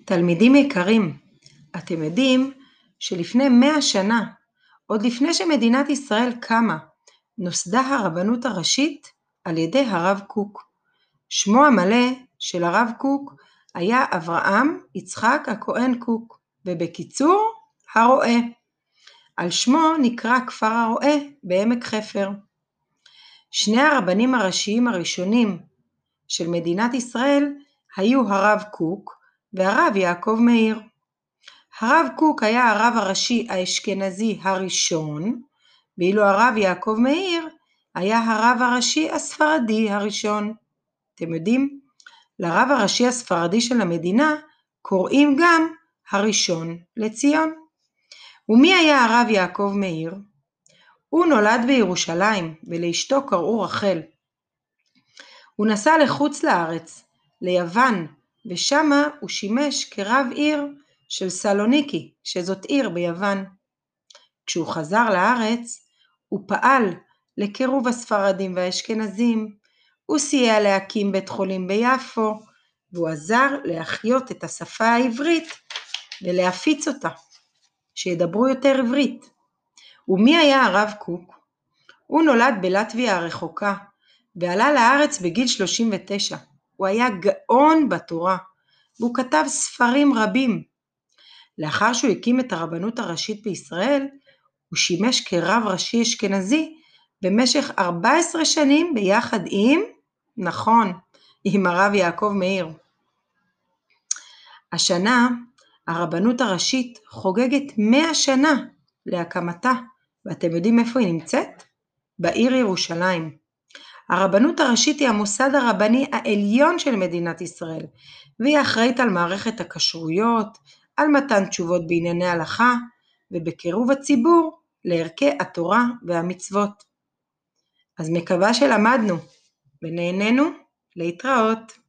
תלמידים יקרים, אתם יודעים שלפני 100 שנה, עוד לפני שמדינת ישראל קמה, נוסדה הרבנות הראשית על ידי הרב קוק. שמו המלא של הרב קוק היה אברהם יצחק הכהן קוק, ובקיצור, הרועה. על שמו נקרא כפר הרועה בעמק חפר. שני הרבנים הראשיים הראשונים של מדינת ישראל היו הרב קוק והרב יעקב מאיר. הרב קוק היה הרב הראשי האשכנזי הראשון, ואילו הרב יעקב מאיר היה הרב הראשי הספרדי הראשון. אתם יודעים? לרב הראשי הספרדי של המדינה קוראים גם הראשון לציון. ומי היה הרב יעקב מאיר? הוא נולד בירושלים ולאשתו קראו רחל. הוא נסע לחוץ לארץ, ליוון, ושמה הוא שימש כרב עיר של סלוניקי, שזאת עיר ביוון. כשהוא חזר לארץ, הוא פעל לקירוב הספרדים והאשכנזים, הוא סייע להקים בית חולים ביפו, והוא עזר להחיות את השפה העברית ולהפיץ אותה, שידברו יותר עברית. ומי היה הרב קוק? הוא נולד בלטביה הרחוקה, ועלה לארץ בגיל 39. הוא היה גאון בתורה, והוא כתב ספרים רבים. לאחר שהוא הקים את הרבנות הראשית בישראל, הוא שימש כרב ראשי אשכנזי במשך 14 שנים ביחד עם הרב יעקב מאיר. השנה הרבנות הראשית חוגגת 100 שנה להקמתה, ואתם יודעים איפה היא נמצאת? בעיר ירושלים. הרבנות הראשית היא המוסד הרבני העליון של מדינת ישראל, והיא אחראית על מערכת הכשרויות, על מתן תשובות בענייני הלכה, ובקירוב הציבור לערכי התורה והמצוות. אז מקווה שלמדנו ונהנינו. להתראות.